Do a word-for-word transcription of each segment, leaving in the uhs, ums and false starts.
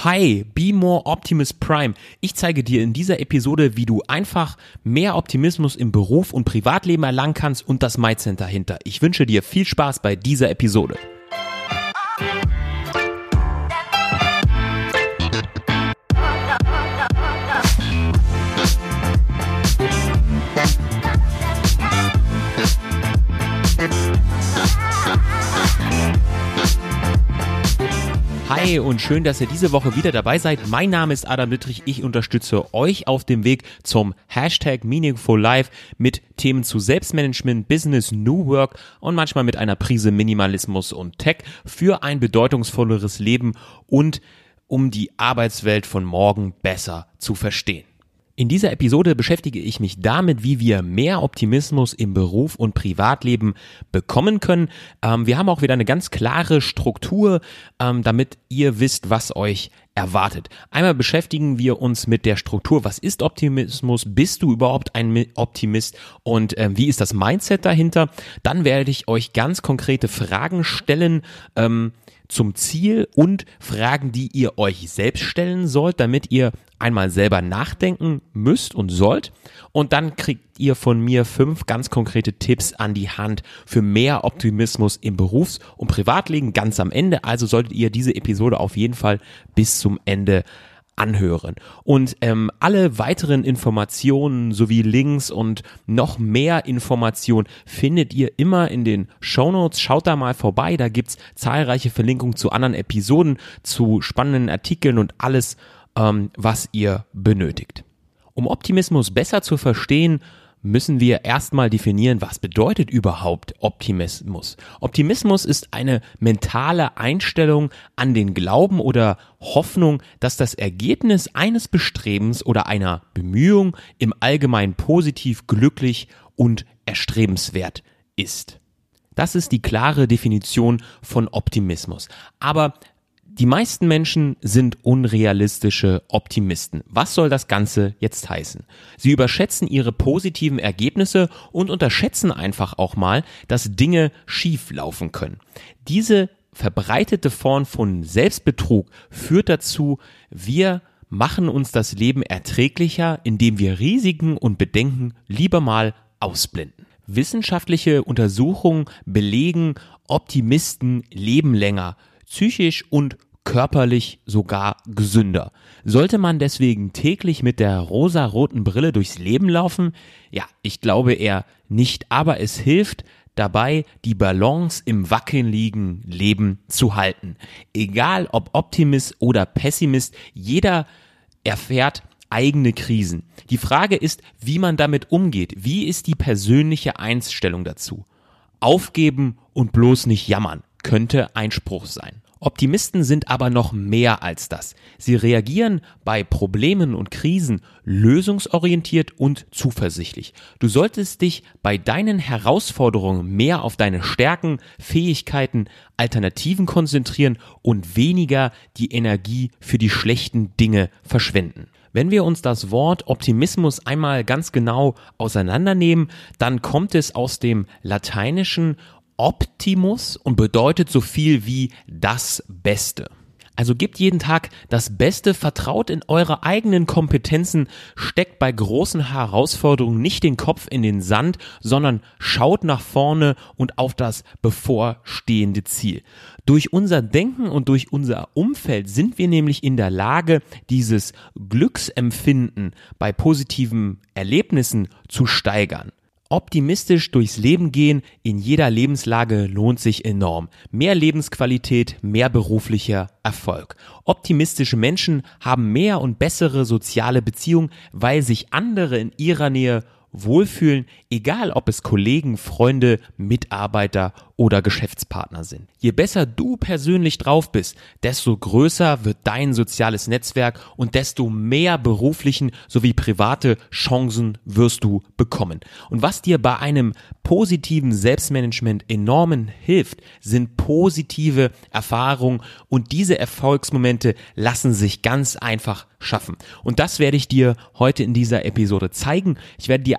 Hi, Be More Optimus Prime. Ich zeige dir in dieser Episode, wie du einfach mehr Optimismus im Beruf und Privatleben erlangen kannst und das Mindset dahinter. Ich wünsche dir viel Spaß bei dieser Episode. Hi und schön, dass ihr diese Woche wieder dabei seid. Mein Name ist Adam Dittrich. Ich unterstütze euch auf dem Weg zum Hashtag Meaningful Life mit Themen zu Selbstmanagement, Business, New Work und manchmal mit einer Prise Minimalismus und Tech für ein bedeutungsvolleres Leben und um die Arbeitswelt von morgen besser zu verstehen. In dieser Episode beschäftige ich mich damit, wie wir mehr Optimismus im Beruf und Privatleben bekommen können. Ähm, wir haben auch wieder eine ganz klare Struktur, ähm, damit ihr wisst, was euch erwartet. Einmal beschäftigen wir uns mit der Struktur. Was ist Optimismus? Bist du überhaupt ein Optimist? Und äh, wie ist das Mindset dahinter? Dann werde ich euch ganz konkrete Fragen stellen, ähm, zum Ziel und Fragen, die ihr euch selbst stellen sollt, damit ihr einmal selber nachdenken müsst und sollt. Und dann kriegt ihr von mir fünf ganz konkrete Tipps an die Hand für mehr Optimismus im Berufs- und Privatleben ganz am Ende. Also solltet ihr diese Episode auf jeden Fall bis zum Ende anhören. Und ähm, alle weiteren Informationen sowie Links und noch mehr Informationen findet ihr immer in den Shownotes. Schaut da mal vorbei, da gibt's zahlreiche Verlinkungen zu anderen Episoden, zu spannenden Artikeln und alles, ähm, was ihr benötigt. Um Optimismus besser zu verstehen, müssen wir erstmal definieren, was bedeutet überhaupt Optimismus. Optimismus ist eine mentale Einstellung an den Glauben oder Hoffnung, dass das Ergebnis eines Bestrebens oder einer Bemühung im Allgemeinen positiv, glücklich und erstrebenswert ist. Das ist die klare Definition von Optimismus. Aber die meisten Menschen sind unrealistische Optimisten. Was soll das Ganze jetzt heißen? Sie überschätzen ihre positiven Ergebnisse und unterschätzen einfach auch mal, dass Dinge schief laufen können. Diese verbreitete Form von Selbstbetrug führt dazu, wir machen uns das Leben erträglicher, indem wir Risiken und Bedenken lieber mal ausblenden. Wissenschaftliche Untersuchungen belegen, Optimisten leben länger, psychisch und körperlich sogar gesünder. Sollte man deswegen täglich mit der rosaroten Brille durchs Leben laufen? Ja, ich glaube eher nicht, aber es hilft dabei, die Balance im wackeligen Leben zu halten. Egal ob Optimist oder Pessimist, jeder erfährt eigene Krisen. Die Frage ist, wie man damit umgeht. Wie ist die persönliche Einstellung dazu? Aufgeben und bloß nicht jammern könnte ein Spruch sein. Optimisten sind aber noch mehr als das. Sie reagieren bei Problemen und Krisen lösungsorientiert und zuversichtlich. Du solltest dich bei deinen Herausforderungen mehr auf deine Stärken, Fähigkeiten, Alternativen konzentrieren und weniger die Energie für die schlechten Dinge verschwenden. Wenn wir uns das Wort Optimismus einmal ganz genau auseinandernehmen, dann kommt es aus dem Lateinischen Optimus und bedeutet so viel wie das Beste. Also gebt jeden Tag das Beste, vertraut in eure eigenen Kompetenzen, steckt bei großen Herausforderungen nicht den Kopf in den Sand, sondern schaut nach vorne und auf das bevorstehende Ziel. Durch unser Denken und durch unser Umfeld sind wir nämlich in der Lage, dieses Glücksempfinden bei positiven Erlebnissen zu steigern. Optimistisch durchs Leben gehen in jeder Lebenslage lohnt sich enorm. Mehr Lebensqualität, mehr beruflicher Erfolg. Optimistische Menschen haben mehr und bessere soziale Beziehungen, weil sich andere in ihrer Nähe wohlfühlen, egal ob es Kollegen, Freunde, Mitarbeiter oder Geschäftspartner sind. Je besser du persönlich drauf bist, desto größer wird dein soziales Netzwerk und desto mehr beruflichen sowie private Chancen wirst du bekommen. Und was dir bei einem positiven Selbstmanagement enormen hilft, sind positive Erfahrungen und diese Erfolgsmomente lassen sich ganz einfach schaffen. Und das werde ich dir heute in dieser Episode zeigen. Ich werde dir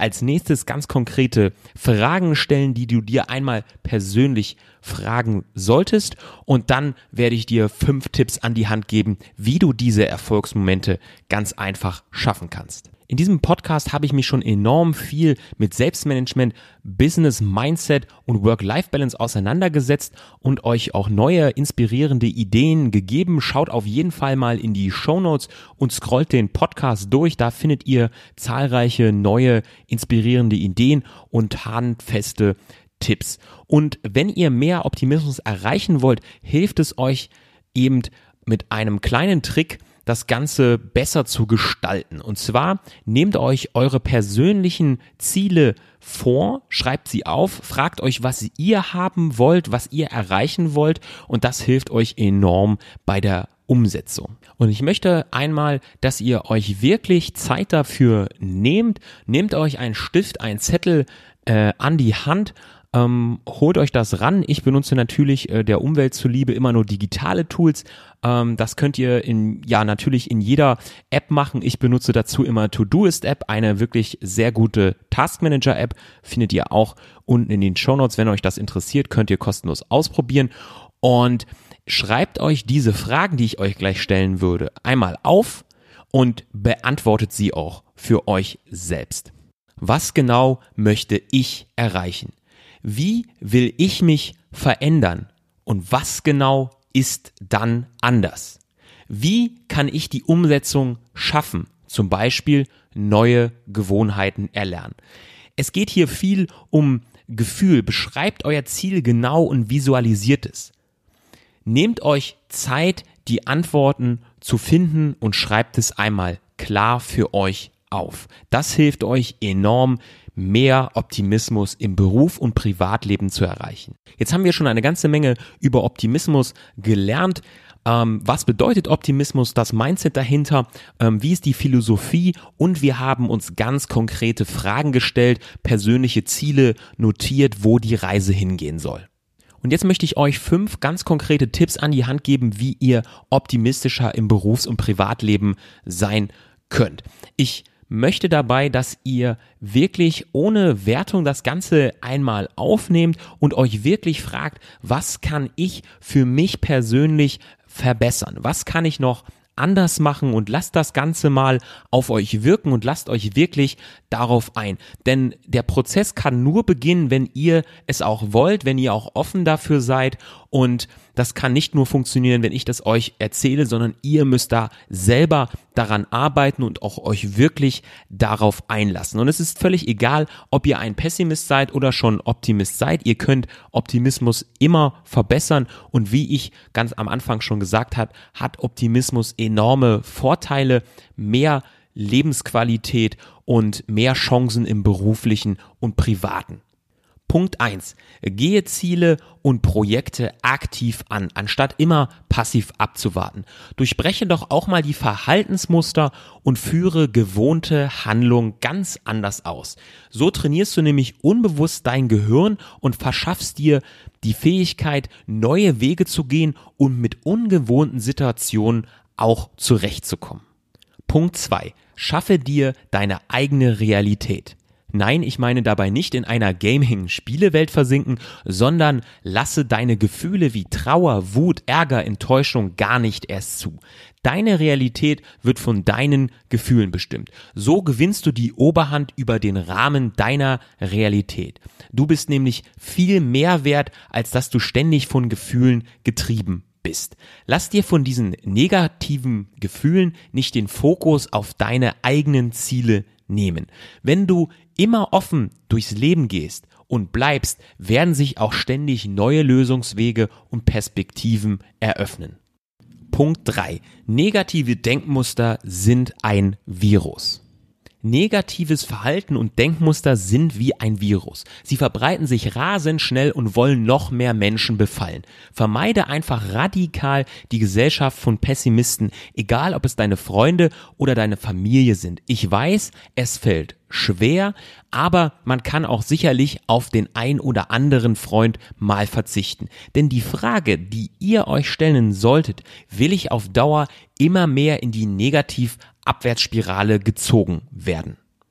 als nächstes ganz konkrete Fragen stellen, die du dir einmal persönlich fragen solltest, und dann werde ich dir fünf Tipps an die Hand geben, wie du diese Erfolgsmomente ganz einfach schaffen kannst. In diesem Podcast habe ich mich schon enorm viel mit Selbstmanagement, Business Mindset und Work-Life-Balance auseinandergesetzt und euch auch neue, inspirierende Ideen gegeben. Schaut auf jeden Fall mal in die Shownotes und scrollt den Podcast durch. Da findet ihr zahlreiche neue, inspirierende Ideen und handfeste Tipps. Und wenn ihr mehr Optimismus erreichen wollt, hilft es euch eben mit einem kleinen Trick, das Ganze besser zu gestalten. Und zwar nehmt euch eure persönlichen Ziele vor, schreibt sie auf, fragt euch, was ihr haben wollt, was ihr erreichen wollt, und das hilft euch enorm bei der Umsetzung. Und ich möchte einmal, dass ihr euch wirklich Zeit dafür nehmt. Nehmt euch einen Stift, einen Zettel äh, an die Hand. Ähm, holt euch das ran. Ich benutze natürlich äh, der Umwelt zuliebe immer nur digitale Tools. Ähm, das könnt ihr in, ja, natürlich in jeder App machen. Ich benutze dazu immer Todoist-App, eine wirklich sehr gute Taskmanager-App. Findet ihr auch unten in den Shownotes. Wenn euch das interessiert, könnt ihr kostenlos ausprobieren. Und schreibt euch diese Fragen, die ich euch gleich stellen würde, einmal auf und beantwortet sie auch für euch selbst. Was genau möchte ich erreichen? Wie will ich mich verändern und was genau ist dann anders? Wie kann ich die Umsetzung schaffen? Zum Beispiel neue Gewohnheiten erlernen. Es geht hier viel um Gefühl. Beschreibt euer Ziel genau und visualisiert es. Nehmt euch Zeit, die Antworten zu finden, und schreibt es einmal klar für euch auf. Das hilft euch enorm, mehr Optimismus im Beruf und Privatleben zu erreichen. Jetzt haben wir schon eine ganze Menge über Optimismus gelernt. Ähm, was bedeutet Optimismus, das Mindset dahinter, ähm, wie ist die Philosophie, und wir haben uns ganz konkrete Fragen gestellt, persönliche Ziele notiert, wo die Reise hingehen soll. Und jetzt möchte ich euch fünf ganz konkrete Tipps an die Hand geben, wie ihr optimistischer im Berufs- und Privatleben sein könnt. Ich möchte dabei, dass ihr wirklich ohne Wertung das Ganze einmal aufnehmt und euch wirklich fragt, was kann ich für mich persönlich verbessern? Was kann ich noch anders machen? Und lasst das Ganze mal auf euch wirken und lasst euch wirklich darauf ein. Denn der Prozess kann nur beginnen, wenn ihr es auch wollt, wenn ihr auch offen dafür seid, und das kann nicht nur funktionieren, wenn ich das euch erzähle, sondern ihr müsst da selber daran arbeiten und auch euch wirklich darauf einlassen. Und es ist völlig egal, ob ihr ein Pessimist seid oder schon Optimist seid. Ihr könnt Optimismus immer verbessern, und wie ich ganz am Anfang schon gesagt habe, hat Optimismus enorme Vorteile, mehr Lebensqualität und mehr Chancen im beruflichen und privaten. Punkt eins. Gehe Ziele und Projekte aktiv an, anstatt immer passiv abzuwarten. Durchbreche doch auch mal die Verhaltensmuster und führe gewohnte Handlungen ganz anders aus. So trainierst du nämlich unbewusst dein Gehirn und verschaffst dir die Fähigkeit, neue Wege zu gehen und mit ungewohnten Situationen auch zurechtzukommen. Punkt zwei. Schaffe dir deine eigene Realität. Nein, ich meine dabei nicht in einer Gaming-Spielewelt versinken, sondern lasse deine Gefühle wie Trauer, Wut, Ärger, Enttäuschung gar nicht erst zu. Deine Realität wird von deinen Gefühlen bestimmt. So gewinnst du die Oberhand über den Rahmen deiner Realität. Du bist nämlich viel mehr wert, als dass du ständig von Gefühlen getrieben bist. Lass dir von diesen negativen Gefühlen nicht den Fokus auf deine eigenen Ziele nehmen. Wenn du immer offen durchs Leben gehst und bleibst, werden sich auch ständig neue Lösungswege und Perspektiven eröffnen. Punkt drei. Negative Denkmuster sind ein Virus. Negatives Verhalten und Denkmuster sind wie ein Virus. Sie verbreiten sich rasend schnell und wollen noch mehr Menschen befallen. Vermeide einfach radikal die Gesellschaft von Pessimisten, egal ob es deine Freunde oder deine Familie sind. Ich weiß, es fällt schwer, aber man kann auch sicherlich auf den ein oder anderen Freund mal verzichten. Denn die Frage, die ihr euch stellen solltet, will ich auf Dauer immer mehr in die Negativ-Abwärtsspirale gezogen werden?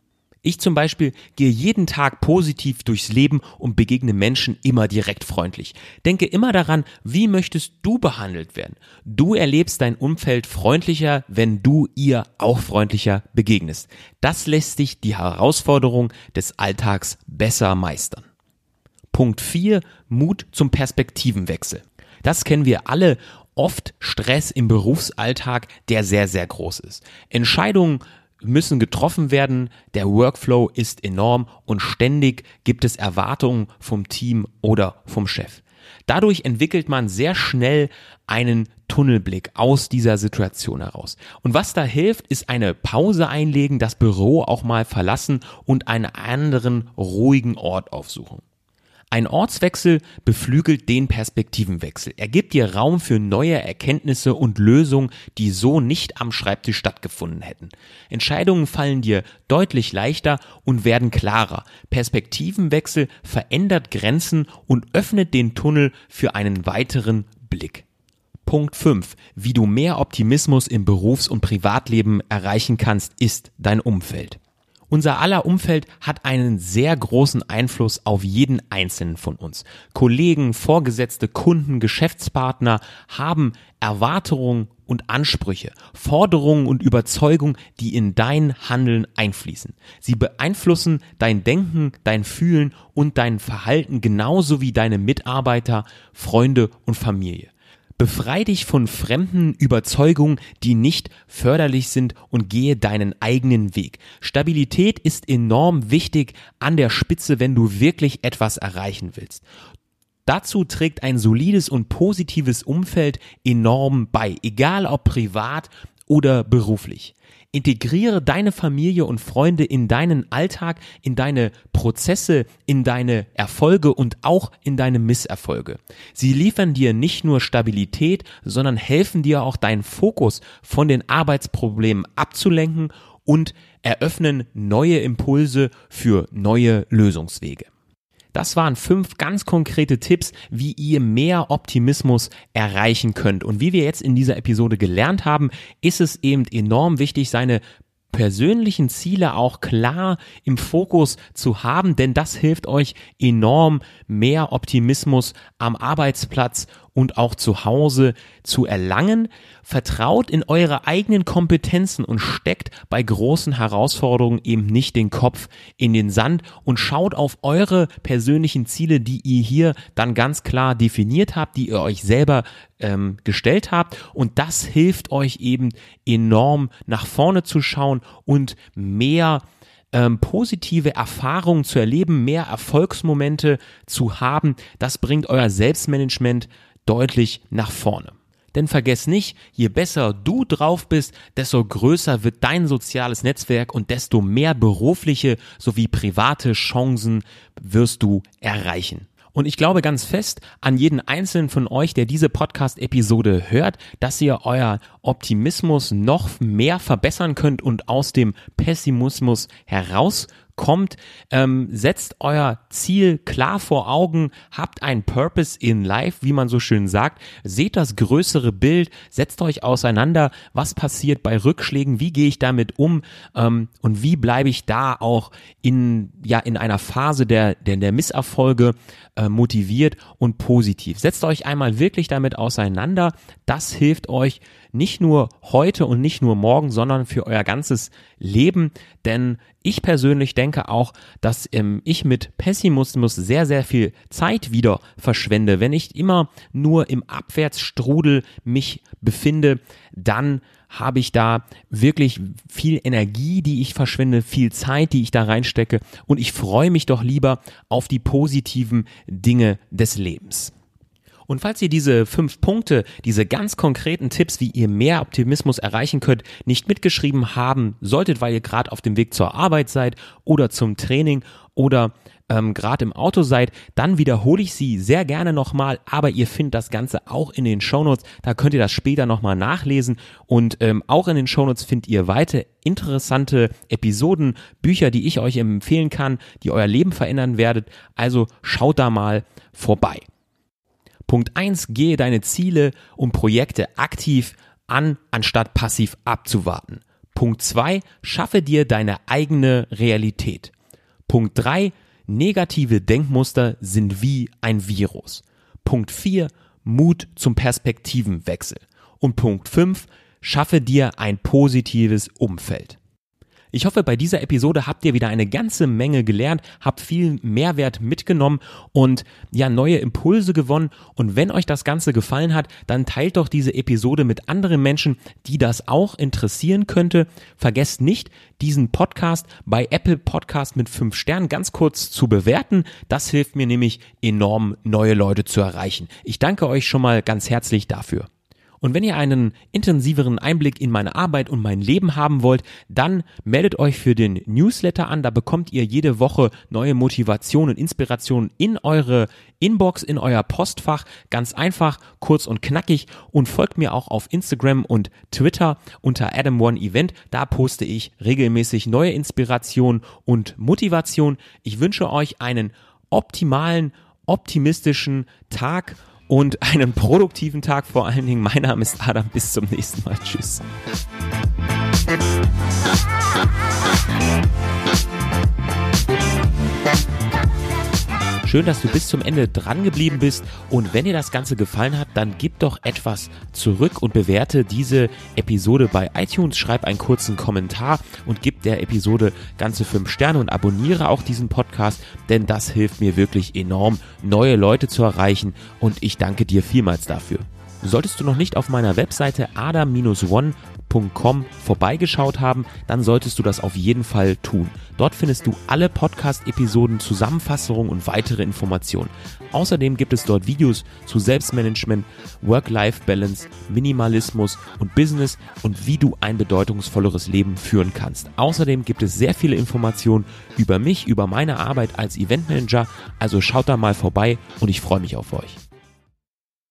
Ich zum Beispiel gehe jeden Tag positiv durchs Leben und begegne Menschen immer direkt freundlich. Denke immer daran, wie möchtest du behandelt werden? Du erlebst dein Umfeld freundlicher, wenn du ihr auch freundlicher begegnest. Das lässt dich die Herausforderung des Alltags besser meistern. Punkt vier. Mut zum Perspektivenwechsel. Das kennen wir alle. Oft Stress im Berufsalltag, der sehr, sehr groß ist. Entscheidungen müssen getroffen werden, der Workflow ist enorm und ständig gibt es Erwartungen vom Team oder vom Chef. Dadurch entwickelt man sehr schnell einen Tunnelblick aus dieser Situation heraus. Und was da hilft, ist eine Pause einlegen, das Büro auch mal verlassen und einen anderen ruhigen Ort aufsuchen. Ein Ortswechsel beflügelt den Perspektivenwechsel. Er gibt dir Raum für neue Erkenntnisse und Lösungen, die so nicht am Schreibtisch stattgefunden hätten. Entscheidungen fallen dir deutlich leichter und werden klarer. Perspektivenwechsel verändert Grenzen und öffnet den Tunnel für einen weiteren Blick. Punkt fünf. Wie du mehr Optimismus im Berufs- und Privatleben erreichen kannst, ist dein Umfeld. Unser aller Umfeld hat einen sehr großen Einfluss auf jeden Einzelnen von uns. Kollegen, Vorgesetzte, Kunden, Geschäftspartner haben Erwartungen und Ansprüche, Forderungen und Überzeugungen, die in dein Handeln einfließen. Sie beeinflussen dein Denken, dein Fühlen und dein Verhalten genauso wie deine Mitarbeiter, Freunde und Familie. Befrei dich von fremden Überzeugungen, die nicht förderlich sind und gehe deinen eigenen Weg. Stabilität ist enorm wichtig an der Spitze, wenn du wirklich etwas erreichen willst. Dazu trägt ein solides und positives Umfeld enorm bei, egal ob privat oder beruflich. Integriere deine Familie und Freunde in deinen Alltag, in deine Prozesse, in deine Erfolge und auch in deine Misserfolge. Sie liefern dir nicht nur Stabilität, sondern helfen dir auch, deinen Fokus von den Arbeitsproblemen abzulenken und eröffnen neue Impulse für neue Lösungswege. Das waren fünf ganz konkrete Tipps, wie ihr mehr Optimismus erreichen könnt. Und wie wir jetzt in dieser Episode gelernt haben, ist es eben enorm wichtig, seine persönlichen Ziele auch klar im Fokus zu haben, denn das hilft euch enorm, mehr Optimismus am Arbeitsplatz und auch zu Hause zu erlangen. Vertraut in eure eigenen Kompetenzen und steckt bei großen Herausforderungen eben nicht den Kopf in den Sand und schaut auf eure persönlichen Ziele, die ihr hier dann ganz klar definiert habt, die ihr euch selber ähm, gestellt habt, und das hilft euch eben enorm nach vorne zu schauen und mehr Ähm, positive Erfahrungen zu erleben, mehr Erfolgsmomente zu haben. Das bringt euer Selbstmanagement deutlich nach vorne. Denn vergesst nicht, je besser du drauf bist, desto größer wird dein soziales Netzwerk und desto mehr berufliche sowie private Chancen wirst du erreichen. Und ich glaube ganz fest an jeden einzelnen von euch, der diese Podcast-Episode hört, dass ihr euer Optimismus noch mehr verbessern könnt und aus dem Pessimismus herauskommt. Ähm, setzt euer Ziel klar vor Augen, habt einen Purpose in Life, wie man so schön sagt, seht das größere Bild, setzt euch auseinander, was passiert bei Rückschlägen, wie gehe ich damit um ähm, und wie bleibe ich da auch in, ja, in einer Phase der, der, der Misserfolge äh, motiviert und positiv. Setzt euch einmal wirklich damit auseinander, das hilft euch nicht nur heute und nicht nur morgen, sondern für euer ganzes Leben, denn ich persönlich denke auch, dass ähm, ich mit Pessimismus sehr, sehr viel Zeit wieder verschwende. Wenn ich immer nur im Abwärtsstrudel mich befinde, dann habe ich da wirklich viel Energie, die ich verschwende, viel Zeit, die ich da reinstecke, und ich freue mich doch lieber auf die positiven Dinge des Lebens. Und falls ihr diese fünf Punkte, diese ganz konkreten Tipps, wie ihr mehr Optimismus erreichen könnt, nicht mitgeschrieben haben solltet, weil ihr gerade auf dem Weg zur Arbeit seid oder zum Training oder ähm, gerade im Auto seid, dann wiederhole ich sie sehr gerne nochmal, aber ihr findet das Ganze auch in den Shownotes, da könnt ihr das später nochmal nachlesen, und ähm, auch in den Shownotes findet ihr weitere interessante Episoden, Bücher, die ich euch empfehlen kann, die euer Leben verändern werdet, also schaut da mal vorbei. Punkt eins, gehe deine Ziele und Projekte aktiv an, anstatt passiv abzuwarten. Punkt zwei, schaffe dir deine eigene Realität. Punkt drei, negative Denkmuster sind wie ein Virus. Punkt vier, Mut zum Perspektivenwechsel. Und Punkt fünf, schaffe dir ein positives Umfeld. Ich hoffe, bei dieser Episode habt ihr wieder eine ganze Menge gelernt, habt viel Mehrwert mitgenommen und ja, neue Impulse gewonnen. Und wenn euch das Ganze gefallen hat, dann teilt doch diese Episode mit anderen Menschen, die das auch interessieren könnte. Vergesst nicht, diesen Podcast bei Apple Podcast mit fünf Sternen ganz kurz zu bewerten. Das hilft mir nämlich enorm, neue Leute zu erreichen. Ich danke euch schon mal ganz herzlich dafür. Und wenn ihr einen intensiveren Einblick in meine Arbeit und mein Leben haben wollt, dann meldet euch für den Newsletter an. Da bekommt ihr jede Woche neue Motivationen und Inspirationen in eure Inbox, in euer Postfach. Ganz einfach, kurz und knackig. Und folgt mir auch auf Instagram und Twitter unter Adam One Event. Da poste ich regelmäßig neue Inspirationen und Motivation. Ich wünsche euch einen optimalen, optimistischen Tag und einen produktiven Tag vor allen Dingen. Mein Name ist Adam. Bis zum nächsten Mal. Tschüss. Schön, dass du bis zum Ende dran geblieben bist und wenn dir das Ganze gefallen hat, dann gib doch etwas zurück und bewerte diese Episode bei iTunes, schreib einen kurzen Kommentar und gib der Episode ganze fünf Sterne und abonniere auch diesen Podcast, denn das hilft mir wirklich enorm, neue Leute zu erreichen und ich danke dir vielmals dafür. Solltest du noch nicht auf meiner Webseite adam Bindestrich one Punkt com vorbeigeschaut haben, dann solltest du das auf jeden Fall tun. Dort findest du alle Podcast-Episoden, Zusammenfassungen und weitere Informationen. Außerdem gibt es dort Videos zu Selbstmanagement, Work-Life-Balance, Minimalismus und Business und wie du ein bedeutungsvolleres Leben führen kannst. Außerdem gibt es sehr viele Informationen über mich, über meine Arbeit als Eventmanager, also schaut da mal vorbei und ich freue mich auf euch.